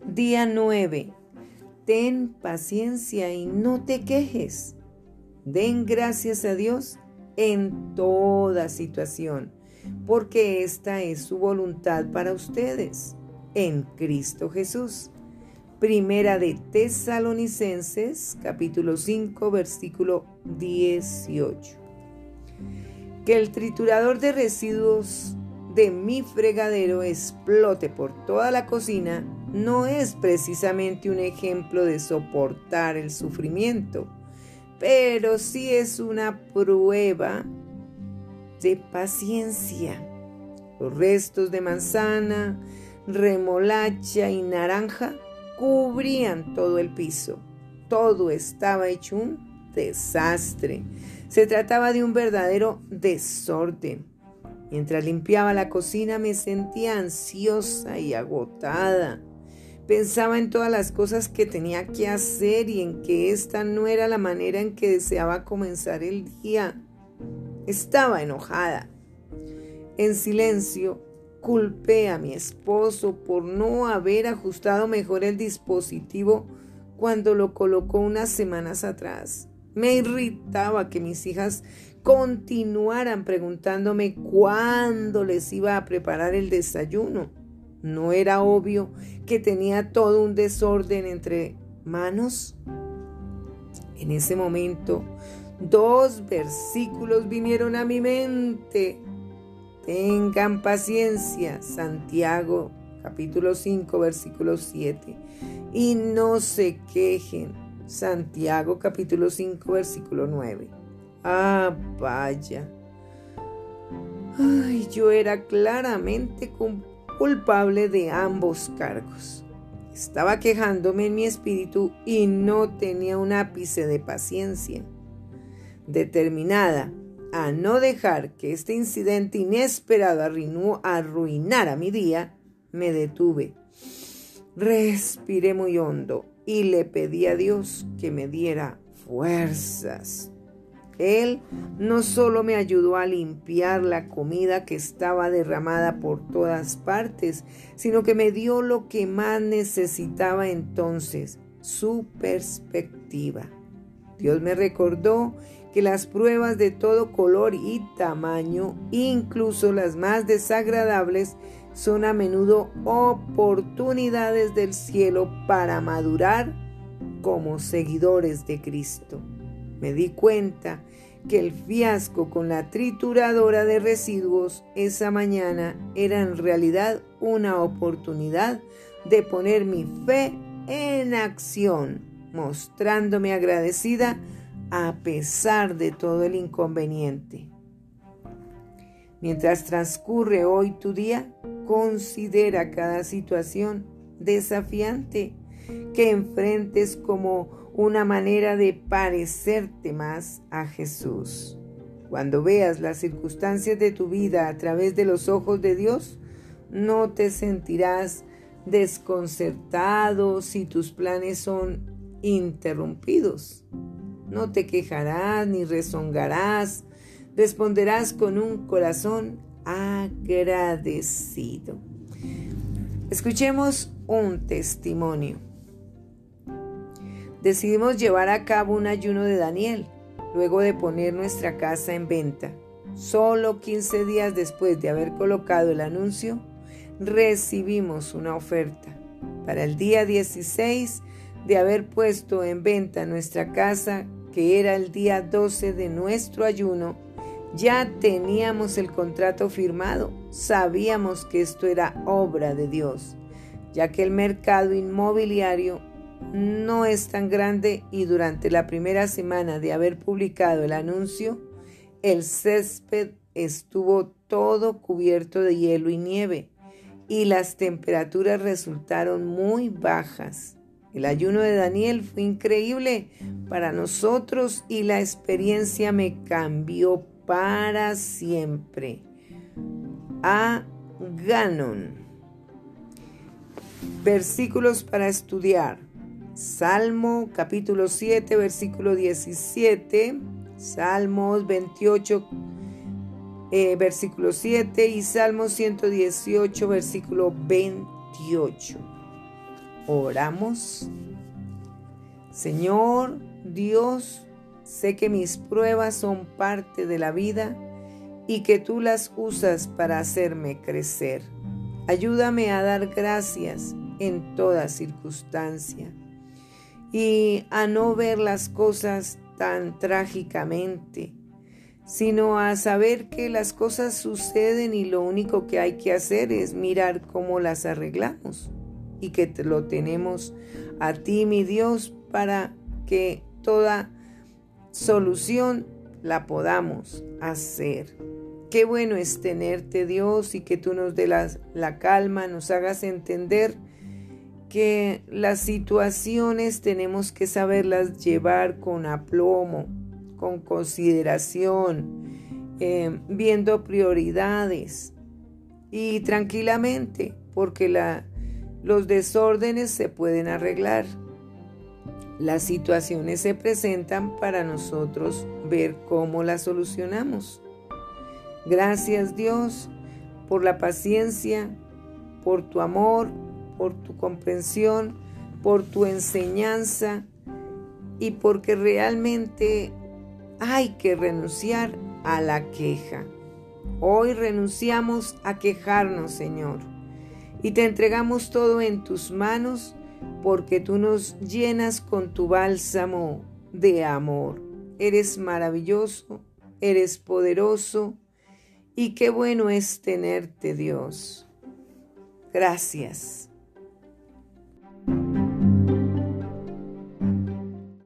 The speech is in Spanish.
Día 9. Ten paciencia y no te quejes. Den gracias a Dios en toda situación, porque esta es su voluntad para ustedes, en Cristo Jesús. Primera de Tesalonicenses, capítulo 5, versículo 18. Que el triturador de residuos de mi fregadero explote por toda la cocina no es precisamente un ejemplo de soportar el sufrimiento, pero sí es una prueba de paciencia. Los restos de manzana, remolacha y naranja cubrían todo el piso. Todo estaba hecho un desastre. Se trataba de un verdadero desorden. Mientras limpiaba la cocina me sentía ansiosa y agotada. Pensaba en todas las cosas que tenía que hacer y en que esta no era la manera en que deseaba comenzar el día. Estaba enojada. En silencio, culpé a mi esposo por no haber ajustado mejor el dispositivo cuando lo colocó unas semanas atrás. Me irritaba que mis hijas continuaran preguntándome cuándo les iba a preparar el desayuno. ¿No era obvio que tenía todo un desorden entre manos? En ese momento, 2 versículos vinieron a mi mente. Tengan paciencia, Santiago, capítulo 5, versículo 7. Y no se quejen, Santiago, capítulo 5, versículo 9. Ah, vaya. Yo era claramente culpable de ambos cargos. Estaba quejándome en mi espíritu y no tenía un ápice de paciencia. Determinada a no dejar que este incidente inesperado arruinara mi día, me detuve. Respiré muy hondo y le pedí a Dios que me diera fuerzas. Él no solo me ayudó a limpiar la comida que estaba derramada por todas partes, sino que me dio lo que más necesitaba entonces, su perspectiva. Dios me recordó que las pruebas de todo color y tamaño, incluso las más desagradables, son a menudo oportunidades del cielo para madurar como seguidores de Cristo. Me di cuenta que el fiasco con la trituradora de residuos esa mañana era en realidad una oportunidad de poner mi fe en acción, mostrándome agradecida a pesar de todo el inconveniente. Mientras transcurre hoy tu día, considera cada situación desafiante que enfrentes como una manera de parecerte más a Jesús. Cuando veas las circunstancias de tu vida a través de los ojos de Dios, no te sentirás desconcertado si tus planes son interrumpidos. No te quejarás ni rezongarás, responderás con un corazón agradecido. Escuchemos un testimonio. Decidimos llevar a cabo un ayuno de Daniel, luego de poner nuestra casa en venta. Solo 15 días después de haber colocado el anuncio, recibimos una oferta. Para el día 16 de haber puesto en venta nuestra casa, que era el día 12 de nuestro ayuno, ya teníamos el contrato firmado. Sabíamos que esto era obra de Dios, ya que el mercado inmobiliario no es tan grande y durante la primera semana de haber publicado el anuncio, el césped estuvo todo cubierto de hielo y nieve y las temperaturas resultaron muy bajas. El ayuno de Daniel fue increíble para nosotros y la experiencia me cambió para siempre. A Ganon. Versículos para estudiar. Salmo capítulo 7, versículo 17. Salmos 28, versículo 7 y Salmos 118, versículo 28. Oramos. Señor Dios, sé que mis pruebas son parte de la vida y que tú las usas para hacerme crecer. Ayúdame a dar gracias en toda circunstancia y a no ver las cosas tan trágicamente, sino a saber que las cosas suceden y lo único que hay que hacer es mirar cómo las arreglamos y que lo tenemos a ti, mi Dios, para que toda solución la podamos hacer. Qué bueno es tenerte, Dios, y que tú nos dé la calma, nos hagas entender que las situaciones tenemos que saberlas llevar con aplomo, con consideración, viendo prioridades y tranquilamente, porque los desórdenes se pueden arreglar. Las situaciones se presentan para nosotros ver cómo las solucionamos. Gracias, Dios, por la paciencia, por tu amor, por tu comprensión, por tu enseñanza y porque realmente hay que renunciar a la queja. Hoy renunciamos a quejarnos, Señor, y te entregamos todo en tus manos porque tú nos llenas con tu bálsamo de amor. Eres maravilloso, eres poderoso y qué bueno es tenerte, Dios. Gracias.